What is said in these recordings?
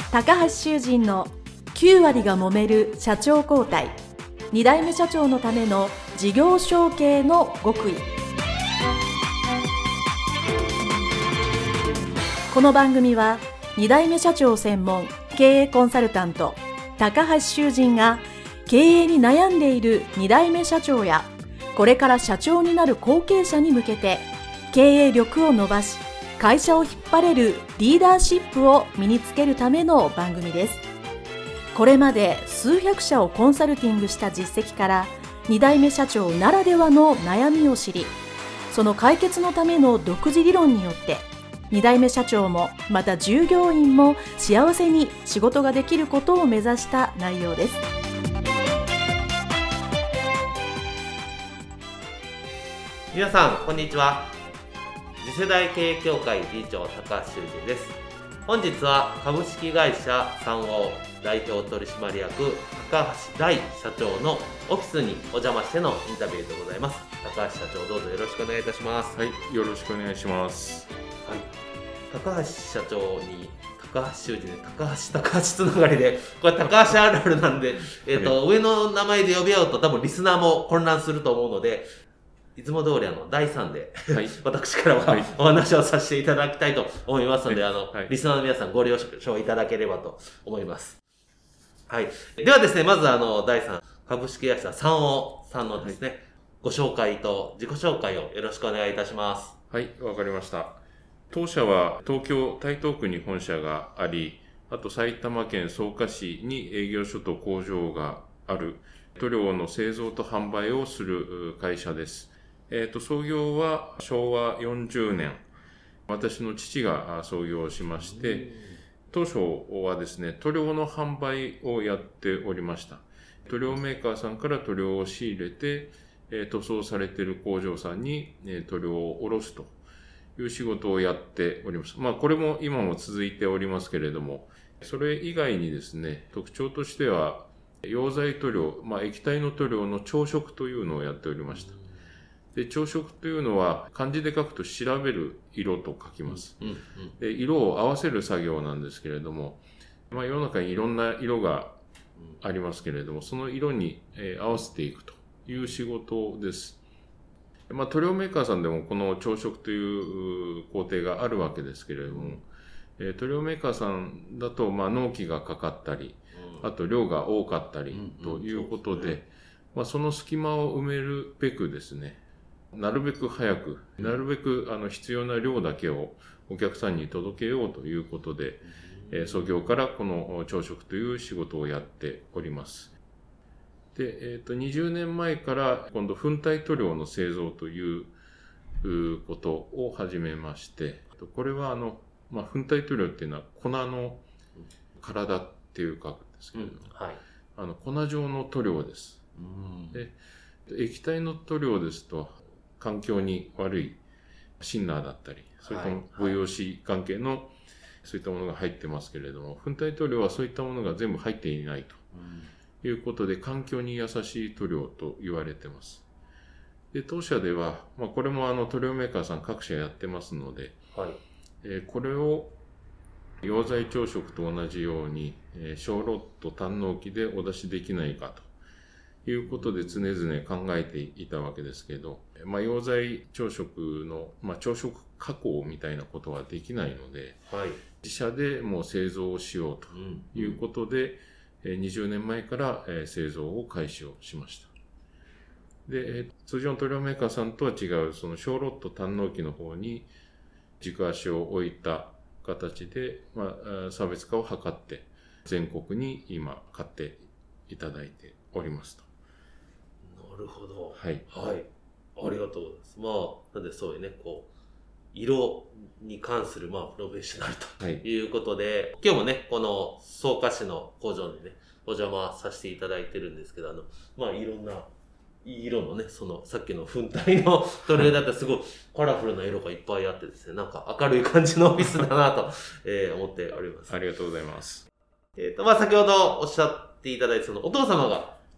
高橋修人の9割が揉める社長交代、2代目社長のための事業承継の極意。この番組は2代目社長専門経営コンサルタント高橋修人が経営に悩んでいる2代目社長やこれから社長になる後継者に向けて経営力を伸ばし会社を引っ張れるリーダーシップを身につけるための番組です。これまで数百社をコンサルティングした実績から2代目社長ならではの悩みを知り、その解決のための独自理論によって2代目社長もまた従業員も幸せに仕事ができることを目指した内容です。 皆さんこんにちは。次世代経営協会理事長高橋修人です。本日は株式会社三王代表取締役高橋大社長のオフィスにお邪魔してのインタビューでございます。高橋社長、どうぞよろしくお願いいたします。 はい、よろしくお願いします。 はい、高橋社長に高橋修人で高橋つながりで、これ高橋あるあるなんで、上の名前で呼び合うと多分リスナーも混乱すると思うので、いつも通り第3で、はい、私からはお話をさせていただきたいと思いますので、リスナーの皆さんご了承いただければと思います。はい。ではですね、まず第3株式会社三王さんのですね、ご紹介と自己紹介をよろしくお願いいたします。 はい、わかりました。当社は東京台東区に本社があり、あと埼玉県草加市に営業所と工場がある塗料の製造と販売をする会社です。創業は昭和40年、私の父が創業しまして、当初はですね、塗料の販売をやっておりました。塗料メーカーさんから塗料を仕入れて、塗装されている工場さんに塗料を卸すという仕事をやっております。これも今も続いておりますけれども、それ以外にですね、特徴としては、溶剤塗料、液体の塗料の調色というのをやっておりました。で、調色というのは漢字で書くと調べる色と書きます。で、色を合わせる作業なんですけれども、世の中にいろんな色がありますけれども、その色に合わせていくという仕事です。塗料メーカーさんでもこの調色という工程があるわけですけれども、塗料メーカーさんだと納期がかかったり、あと量が多かったりということで、その隙間を埋めるべくですね、なるべく早く、なるべく必要な量だけをお客さんに届けようということで、創業からこの調色という仕事をやっております。で、20年前から今度粉体塗料の製造ということを始めまして、これは粉体塗料っていうのは粉の体っていう書くんですけれども、粉状の塗料です。で、液体の塗料ですと環境に悪いシンナーだったり、それともVOC関係のそういったものが入ってますけれども、粉体塗料はそういったものが全部入っていないということで、環境に優しい塗料と言われてます。で、当社では、これも塗料メーカーさん各社やってますので、これを溶剤調色と同じように、小ロット単納期でお出しできないかということで常々考えていたわけですけど、溶剤調色の、調色加工みたいなことはできないので、自社でもう製造をしようということで、20年前から製造を開始をしました。で、通常の塗料メーカーさんとは違う、その小ロット単納期の方に軸足を置いた形で、差別化を図って全国に今買っていただいておりますと。 なるほど。 はい。 はい。ありがとうございます。なんでそういうね、色に関するプロフェッショナルということで、今日もね、この草加市の工場にね、お邪魔させていただいてるんですけど、いろんな色のね、さっきの粉体の塗料だったらすごいカラフルな色がいっぱいあってですね、なんか明るい感じのオフィスだなと、思っております。 ありがとうございます。 先ほどおっしゃっていただいたお父様が、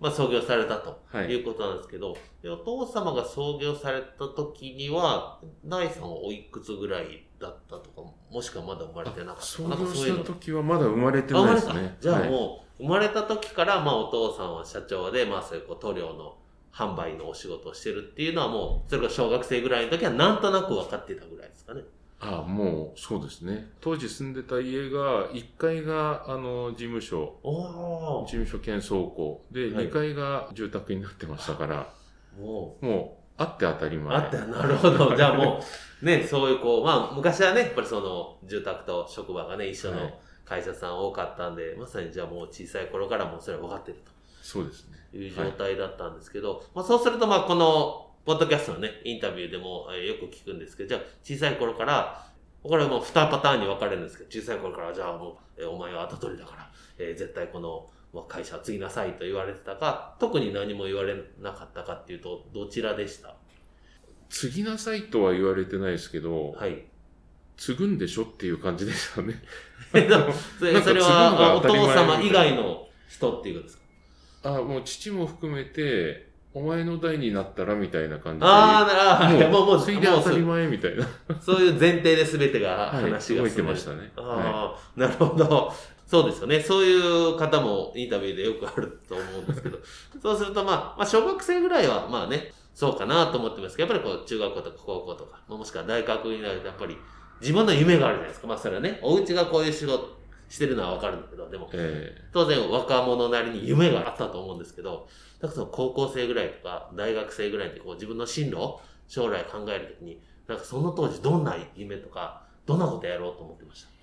創業されたとはいいうことなんですけど、でお父様が創業された時には、大さんはおいくつぐらいだったとか、もしくはまだ生まれてなかった創とか、 業した時はまだ生まれて生まれた。 ないですね。 じゃあはいもう、生まれた時から、お父さんは社長で、そういう塗料の販売のお仕事をしてるっていうのはもう、それが小学生ぐらいの時はなんとなく分かってたぐらいですかね。 もうそうですね。当時住んでた家が、1階が事務所兼倉庫で、 はい 2階が住宅になってましたから、 ももうあって当たり前。 なるほど。じゃあもう、ね、そういう昔はね、やっぱりその、住宅と職場がね、一緒の会社さん多かったんで、まさにじゃあもう小さい頃からもうそれは分かってるそうですね。 という状態だったんですけど、そうするとこの、ポッドキャストのね、インタビューでもよく聞くんですけど、じゃあ小さい頃から、これはもう2パターンに分かれるんですけど、小さい頃からじゃあもう、お前は後取りだから、絶対この会社を継ぎなさいと言われてたか、特に何も言われなかったかっていうと、どちらでした？ 継ぎなさいとは言われてないですけど、 はい。 継ぐんでしょっていう感じでしたね。 それはお父様以外の人っていうことですか？ もう父も含めて、お前の代になったらみたいな感じで。もう継いで当たり前みたいな。 そういう前提で全てが話が動いてましたね。 なるほど。そうですよね。そういう方もインタビューでよくあると思うんですけど、そうすると小学生ぐらいはそうかなと思ってますけど、やっぱり中学校とか高校とか、もしくは大学になるとやっぱり自分の夢があるじゃないですか。それはね、お家がこういう仕事してるのはわかるんだけど、でも、当然若者なりに夢があったと思うんですけど、だから高校生ぐらいとか大学生ぐらいで自分の進路、将来考えるときに、その当時どんな夢とか、どんなことやろうと思ってました？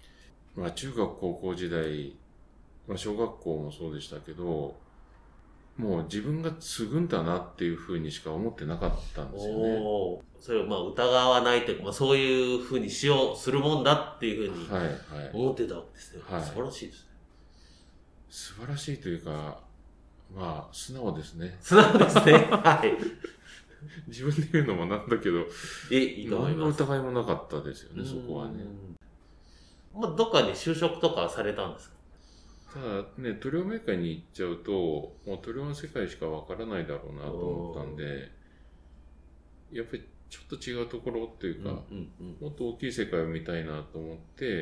中学高校時代、小学校もそうでしたけど、もう自分が継ぐんだなっていうふうにしか思ってなかったんですよね。 それを疑わないというか、そういうふうにするもんだっていうふうに思ってたわけですね。素晴らしいですね。 素晴らしいというか、素直ですね。 素直ですね。はい。 自分で言うのもなんだけど、 いいと思います。 何の疑いもなかったですよね、そこはね。 どっかに就職とかされたんですか？ ただね、塗料メーカーに行っちゃうと、もう塗料の世界しかわからないだろうなと思ったんで、やっぱりちょっと違うところっていうか、もっと大きい世界を見たいなと思って、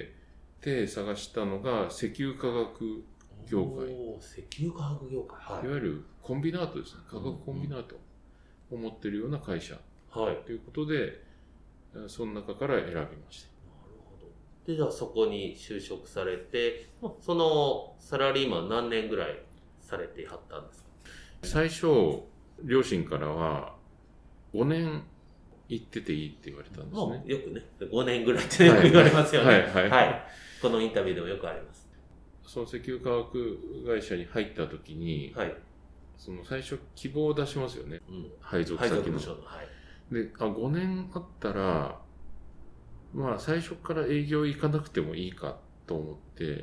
探したのが石油化学業界。 石油化学業界。 いわゆるコンビナートですね。化学コンビナートを持ってるような会社。ということで、その中から選びました。 で、じゃあそこに就職されて、そのサラリーマン何年ぐらいされてはったんですか？ 最初、両親からは5年行ってていいって言われたんですね。 よくね、5年ぐらいってよく言われますよね。このインタビューでもよくあります。その石油化学会社に入った時に、その最初希望を出しますよね。配属先の。で、5年あったら、最初から営業行かなくてもいいかと思って、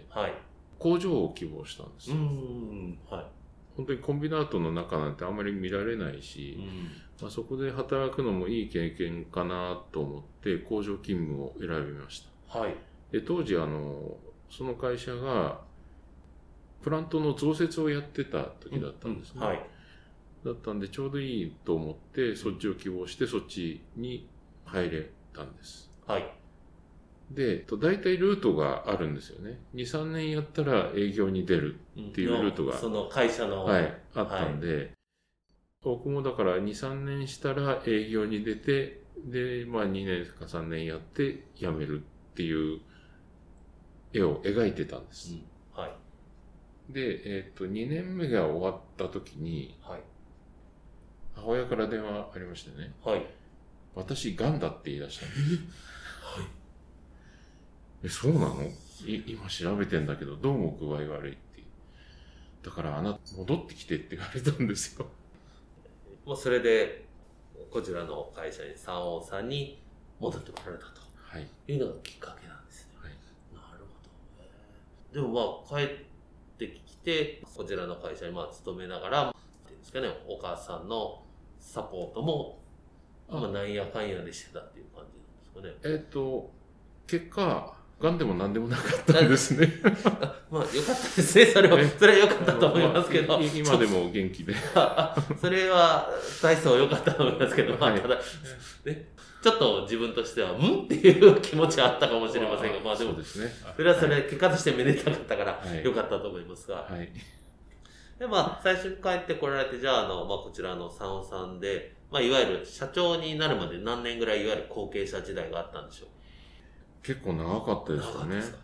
工場を希望したんですよ。本当にコンビナートの中なんてあんまり見られないし、そこで働くのもいい経験かなと思って工場勤務を選びました。で当時その会社がプラントの増設をやってた時だったんですね。だったんでちょうどいいと思ってそっちを希望してそっちに入れたんです。で、大体ルートがあるんですよね。2、3年やったら営業に出るっていうルートが、 その会社の、 あったんで、僕もだから2、3年したら営業に出て、で、2年か3年やって辞めるっていう絵を描いてたんです。で、2年目が終わった時に、母親から電話ありましてね。私、癌だって言い出したんです。そうなの？今調べてんだけど、どうも具合悪いって。だからあなた戻ってきてって言われたんですよ。 もうそれで、こちらの会社に、三王さんに戻ってこられたと。いうのがきっかけなんですね。なるほど。でも帰ってきて、こちらの会社に勤めながら、っていうんですかね、お母さんのサポートも、なんやかんやでしてたっていう感じなんですかね。 結果、 がんでも何でもなかったんですね。 まあ、よかったですね。それは良かったと思いますけど。 今でも元気で。 それは、大層良かったと思いますけど、まあ、 はいただ、ね、ちょっと自分としては、っていう気持ちはあったかもしれませんが、まあでも、 そうですね。 それはそれ、結果としてめでたかったからは、い良かったと思いますが。 はい。 で、まあ、最初に帰ってこられて、じゃあ、まあ、こちらの佐尾さんで、まあ、いわゆる社長になるまで何年ぐらい、いわゆる後継者時代があったんでしょう？ 結構長かったですかね。 長かったですか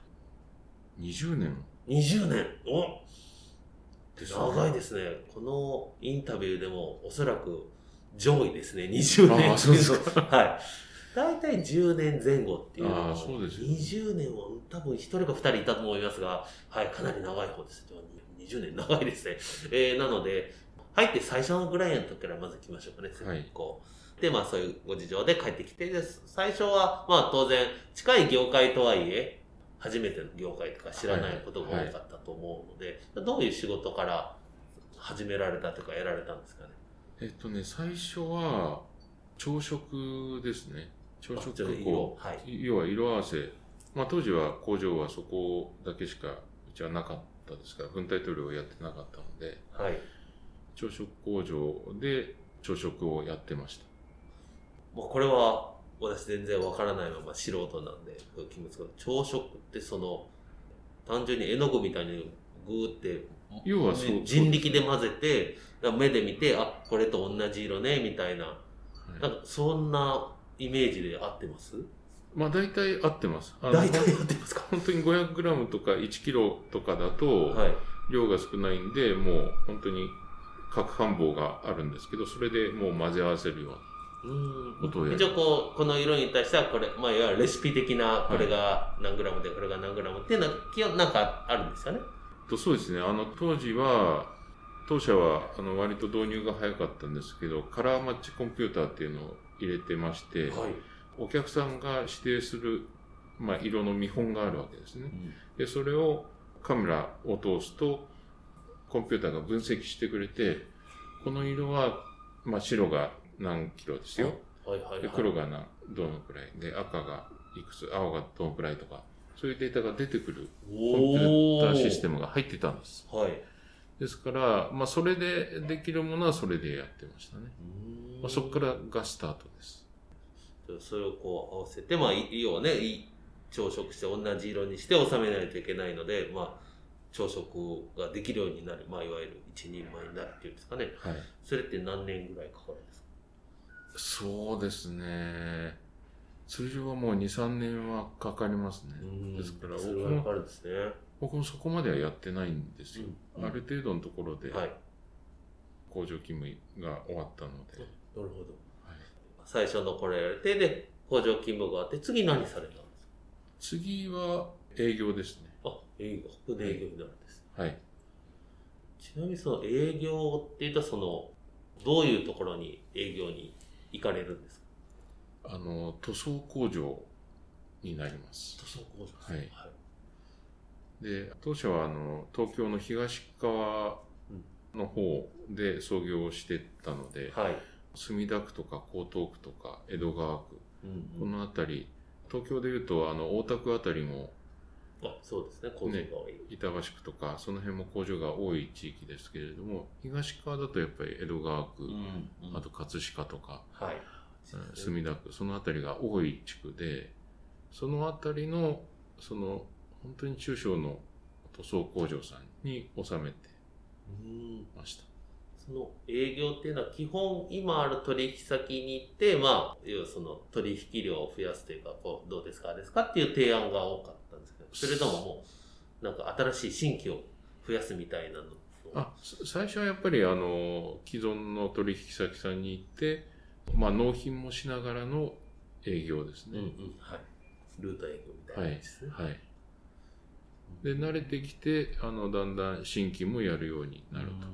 20年 ？20年。おですね。 長いですね。このインタビューでもおそらく上位ですね。20年。 そうですか。 はい。大体10年前後っていうのは、 そうですよ 20年は多分1人か2人いたと思いますが、はい、かなり長い方です。20年長いですね。なので、入って最初のぐらいの時からまず来ましょうかね。 はいこうで、まあそういうご事情で帰ってきて、で最初は、まあ当然、近い業界とはいえ、初めての業界とか知らないことが多かったと思うので、どういう仕事から始められたというか、やられたんですかね。 最初は、朝食ですね。朝食はい、 要は色合わせ。まあ当時は工場はそこだけしかうちはなかったですから、分体塗料をやってなかったので、 はい、 朝食工場で朝食をやってました。 もうこれは私全然わからないまま素人なんで聞きますけど、朝食って単純に絵の具みたいにグーって要はそう人力で混ぜて目で見て、あ、これと同じ色ねみたいな、なんかそんなイメージで合ってます？ まあ大体合ってます。 大体合ってますか？ 本当に 500g とか 1kg とかだとはい、 量が少ないんで、もう本当に核繁忙があるんですけど、それでもう混ぜ合わせるようなことをやる。 一応この色に対してはこれ、まあいわゆるレシピ的な、これが何グラムでこれが何グラムっていうのは基本なんかあるんですよね。 そうですね。当社は割と導入が早かったんですけど、カラーマッチコンピューターっていうのを入れてまして、 はい、 お客さんが指定する、まあ、色の見本があるわけですね。で、それをカメラを通すと、コンピューターが分析してくれて、この色は、まあ、白が何キロですよ。で黒がどのくらいで、赤がいくつ、青がどのくらいとか、そういうデータが出てくるコンピューターシステムが入ってたんです。 はい。 ですから、まあ、それでできるものはそれでやってましたね。まあ、そこからがスタートです。 それをこう合わせて、まあ、要はね、朝食して同じ色にして収めないといけないので、まあ、朝食ができるようになる、まあ、いわゆる一人前になるっていうんですかね。 はい。 それって何年ぐらいかかるんですか？ そうですね。通常はもう2、3年はかかりますね。ですからそれはかかるんですね。 僕もそこまではやってないんですよ。ある程度のところで工場勤務が終わったので。 なるほど。最初のこれやれて、で、工場勤務があって、次何されたんですか？ 次は営業ですね。 営業。ここで営業になるんです。 はい。 ちなみにその営業っていうと、どういうところに営業に行かれるんですか？ 塗装工場になります。 塗装工場ですね。はい。で、当社は東京の東側の方で創業をしてたので、 はい。 墨田区とか江東区とか江戸川区、この辺り、東京でいうと大田区あたりも、 そうですね、工場が多い。 板橋区とか、その辺も工場が多い地域ですけれども、東側だとやっぱり江戸川区、あと葛飾とか、墨田区、その辺りが多い地区で、その辺りの、本当に中小の塗装工場さんに納めてました。 その営業っていうのは基本今ある取引先に行って、まあ、要はその取引量を増やすというか、どうですかっていう提案が多かったんですけど、それとももう、なんか新しい新規を増やすみたいなの？ 最初はやっぱり既存の取引先さんに行って、まあ納品もしながらの営業ですね。 はい。ルート営業みたいな感じですね。 はい。で、慣れてきて、だんだん新規もやるようになると。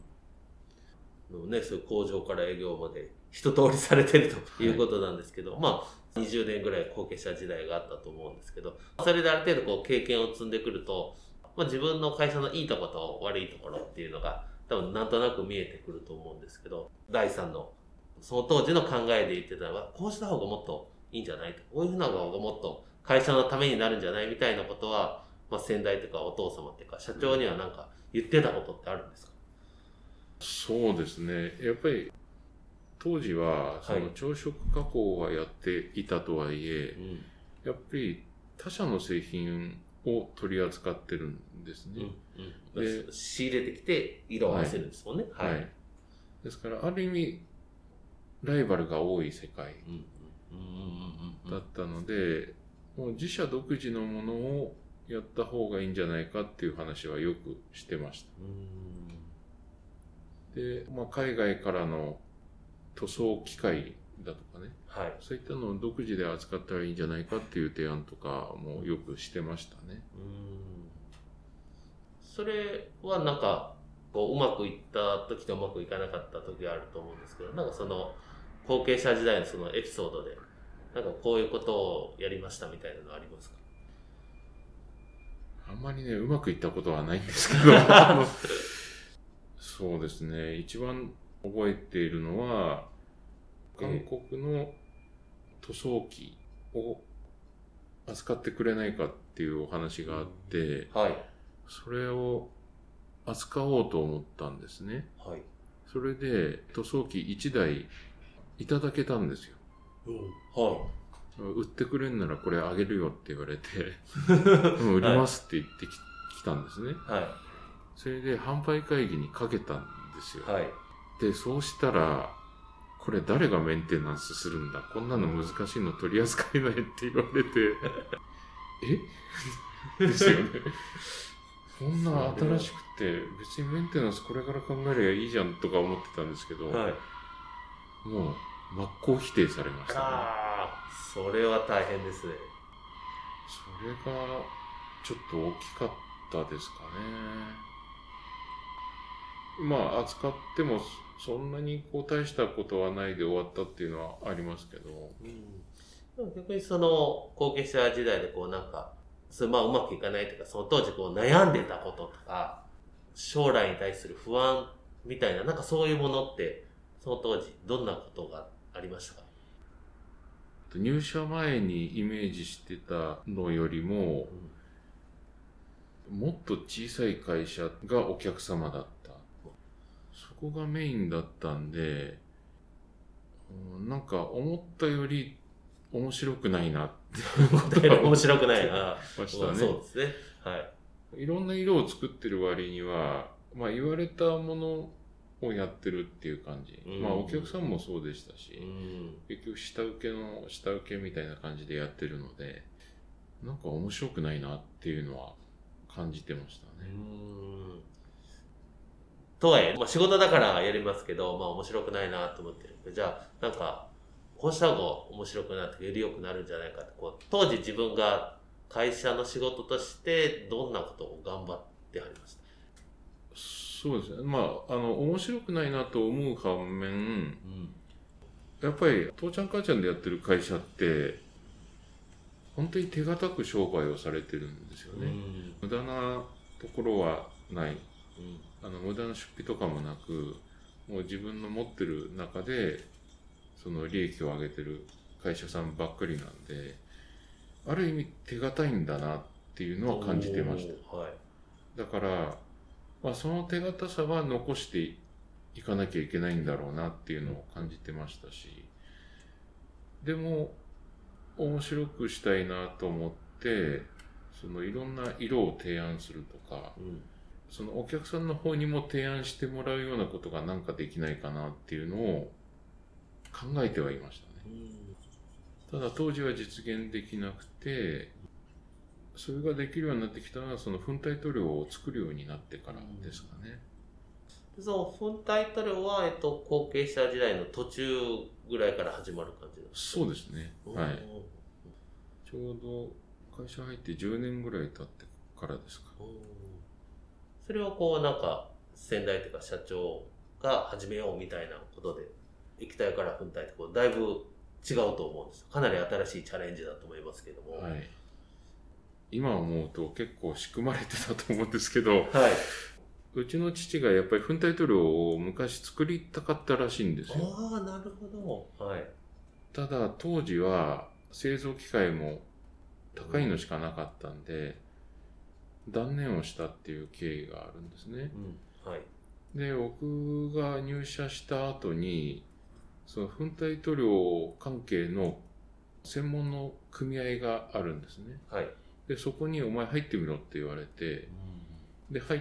そういう工場から営業まで一通りされてるということなんですけど、まあ、20年ぐらい後継者時代があったと思うんですけど、それである程度経験を積んでくると、まあ自分の会社のいいところと悪いところっていうのが多分なんとなく見えてくると思うんですけど、第3のその当時の考えで言ってたのは、こうした方がもっといいんじゃないと。こういうふうな方がもっと会社のためになるんじゃないみたいなことは、まあ、先代とかお父様とか社長にはなんか言ってたことってあるんですか？ そうですね。やっぱり当時はその朝食加工はやっていたとはいえ、やっぱり他社の製品を取り扱ってるんですね。 で仕入れてきて色を合わせるんですもんね。 はい。ですからある意味ライバルが多い世界だったので、もう自社独自のものをやった方がいいんじゃないかっていう話はよくしてました。で、まあ、海外からの塗装機械だとかね、はい、そういったのを独自で扱ったらいいんじゃないかっていう提案とかもよくしてましたね。 それはなんかこううまくいった時とうまくいかなかった時があると思うんですけど、なんかその後継者時代のそのエピソードでなんかこういうことをやりましたみたいなのありますか？ あんまりね、うまくいったことはないんですけどそうですね、一番覚えているのは、韓国の塗装機を扱ってくれないかっていうお話があって、はい、それを扱おうと思ったんですね。はい、それで塗装機1台いただけたんですよ。はい、売ってくれんならこれあげるよって言われて売りますって言ってきたんですね。はい、それで販売会議にかけたんですよ。はい、で、そうしたら、これ誰がメンテナンスするんだ、こんなの難しいの取り扱えないって言われてえですよね。そんな新しくて別にメンテナンスこれから考えればいいじゃんとか思ってたんですけど、はい、もう真っ向否定されましたね。 ああ、それは大変ですね。 それがちょっと大きかったですかね。まあ扱ってもそんなにこう大したことはないで終わったっていうのはありますけど、 でも逆にその後継者時代でこうなんかそれまあうまくいかないというか、その当時こう悩んでたこととか将来に対する不安みたいな、なんかそういうものってその当時どんなことがありましたか？ 入社前にイメージしてたのよりも、もっと小さい会社がお客様だった。そこがメインだったんで、なんか思ったより面白くないなって面白くないな。 ましたね。 そうですね。はい。 いろんな色を作ってる割には、まあ言われたものをやってるっていう感じ。まあお客さんもそうでしたし、結局下請けみたいな感じでやってるので、なんか面白くないなっていうのは感じてましたね。 とはいえ、まあ、仕事だからやりますけど、まあ面白くないなと思ってるんで、じゃあなんかこうした方が面白くなってより良くなるんじゃないかって、こう当時自分が会社の仕事としてどんなことを頑張ってはりました？ そうですね。まあ面白くないなと思う反面、やっぱり父ちゃん母ちゃんでやってる会社って本当に手堅く商売をされてるんですよね。無駄なところはない。無駄な出費とかもなく、もう自分の持ってる中でその利益を上げてる会社さんばっかりなんで、ある意味手堅いんだなっていうのは感じてました。はい、だから、まあ、その手堅さは残していかなきゃいけないんだろうなっていうのを感じてましたし、でも面白くしたいなと思って、そのいろんな色を提案するとか、そのお客さんの方にも提案してもらうようなことがなんかできないかなっていうのを考えてはいましたね。ただ当時は実現できなくて、それができるようになってきたのはその粉体塗料を作るようになってからですかね。 その粉体塗料は、後継者時代の途中ぐらいから始まる感じなんですか？ そうですね。はい。ちょうど会社入って10年ぐらい経ってからですか。 それはこうなんか先代というか社長が始めようみたいなことで液体から粉体ってこうだいぶ違うと思うんです。かなり新しいチャレンジだと思いますけども、はい、 今思うと結構仕組まれてたと思うんですけど、はい、うちの父がやっぱり粉体塗料を昔作りたかったらしいんですよ。 ああ、なるほど。はい。 ただ当時は製造機械も高いのしかなかったんで、断念をしたっていう経緯があるんですね。 はい。 で、僕が入社した後に、その粉体塗料関係の専門の組合があるんですね。 はい。 で、そこにお前入ってみろって言われて、で、入って、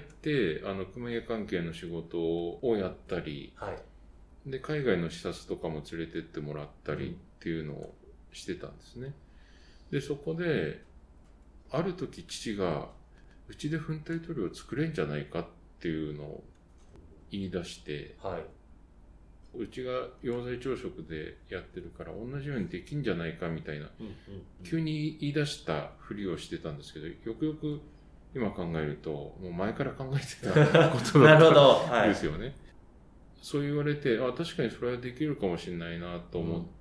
組合関係の仕事をやったり、 はい。 で、海外の視察とかも連れてってもらったりっていうのをしてたんですね。で、そこで、ある時父が、うちで粉体塗料作れんじゃないかっていうのを言い出して、 はい。 うちが溶剤朝食でやってるから同じようにできんじゃないかみたいな、急に言い出したふりをしてたんですけど、よくよく今考えると、もう前から考えてたことだったんですよね。はい、そう言われて、確かにそれはできるかもしれないなと思って、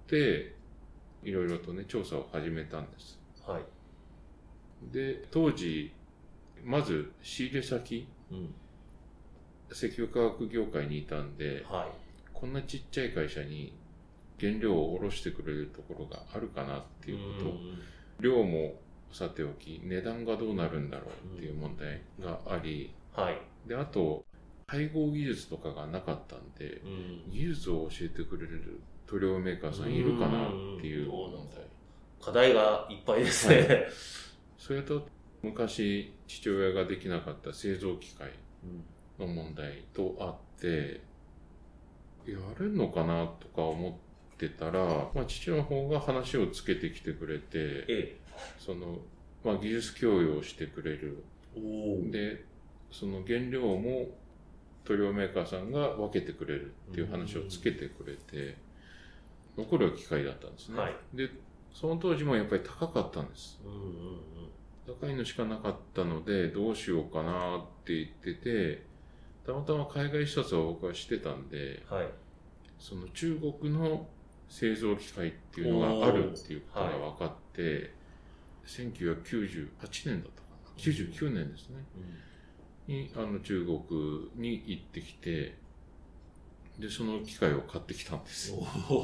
いろいろとね、調査を始めたんです。 はい。 で、当時、まず仕入れ先、石油化学業界にいたんで、 はい、 こんなちっちゃい会社に原料を卸してくれるところがあるかなっていうこと、量もさておき、値段がどうなるんだろうっていう問題があり、 はい、 で、あと、配合技術とかがなかったんで、技術を教えてくれる塗料メーカーさんいるかなっていう問題。 課題がいっぱいですね。はい、 それと、昔父親ができなかった製造機械の問題とあって、やれるのかなとか思ってたら、父の方が話をつけてきてくれて、その、技術供与をしてくれる。で、その原料も塗料メーカーさんが分けてくれるっていう話をつけてくれて、残る機会だったんですね。はい、で、その当時もやっぱり高かったんです。高いのしかなかったので、どうしようかなって言ってて、たまたま海外視察を僕はしてたんで、はい、その中国の製造機械っていうのがあるっていうことが分かって、1998年だったかな、99年ですね、に中国に行ってきて、で、その機械を買ってきたんです。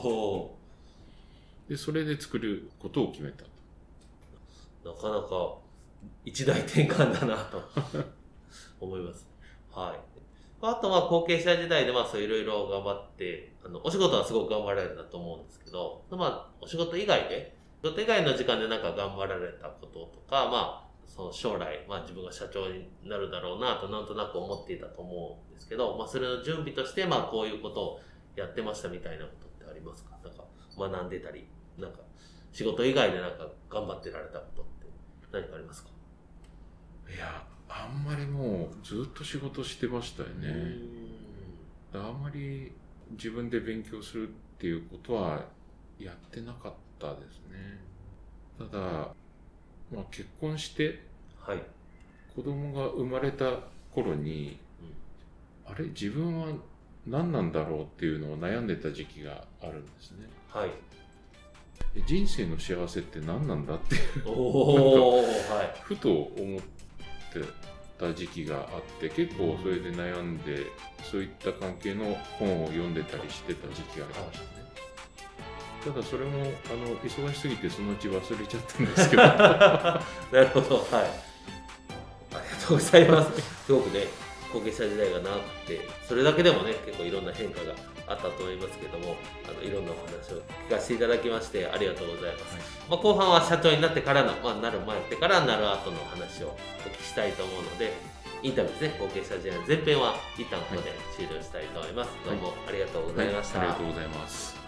で、それで作ることを決めたと。 なかなか一大転換だなと思います。はい。あと後継者時代でそういろいろ頑張って、お仕事はすごく頑張られたと思うんですけど、お仕事以外の時間で頑張られたこととか、その将来、自分が社長になるだろうなとなんとなく思っていたと思うんですけど、それの準備として、こういうことをやってましたみたいなことってありますか？学んでたり、仕事以外で頑張ってられたことって何かありますか？ いや、あんまりもうずっと仕事してましたよね。あんまり自分で勉強するっていうことはやってなかったですね。ただ、結婚して、はい、子供が生まれた頃に、あれ自分は何なんだろうっていうのを悩んでた時期があるんですね。はい。人生の幸せって何なんだってふと思ってた時期があって、結構それで悩んで、そういった関係の本を読んでたりしてた時期がありましたね。ただそれも忙しすぎてそのうち忘れちゃったんですけどなるほど、はい、ありがとうございます。すごくね、後継者時代が長くて、それだけでもね、結構いろんな変化があったと思いますけども、いろんなお話を聞かせていただきましてありがとうございます。後半は社長になってからの、なる前からなる後の話をお聞きしたいと思うので、インタビューですね、後継者時代の前編は一旦ここで終了したいと思います。どうもありがとうございました。 ありがとうございます。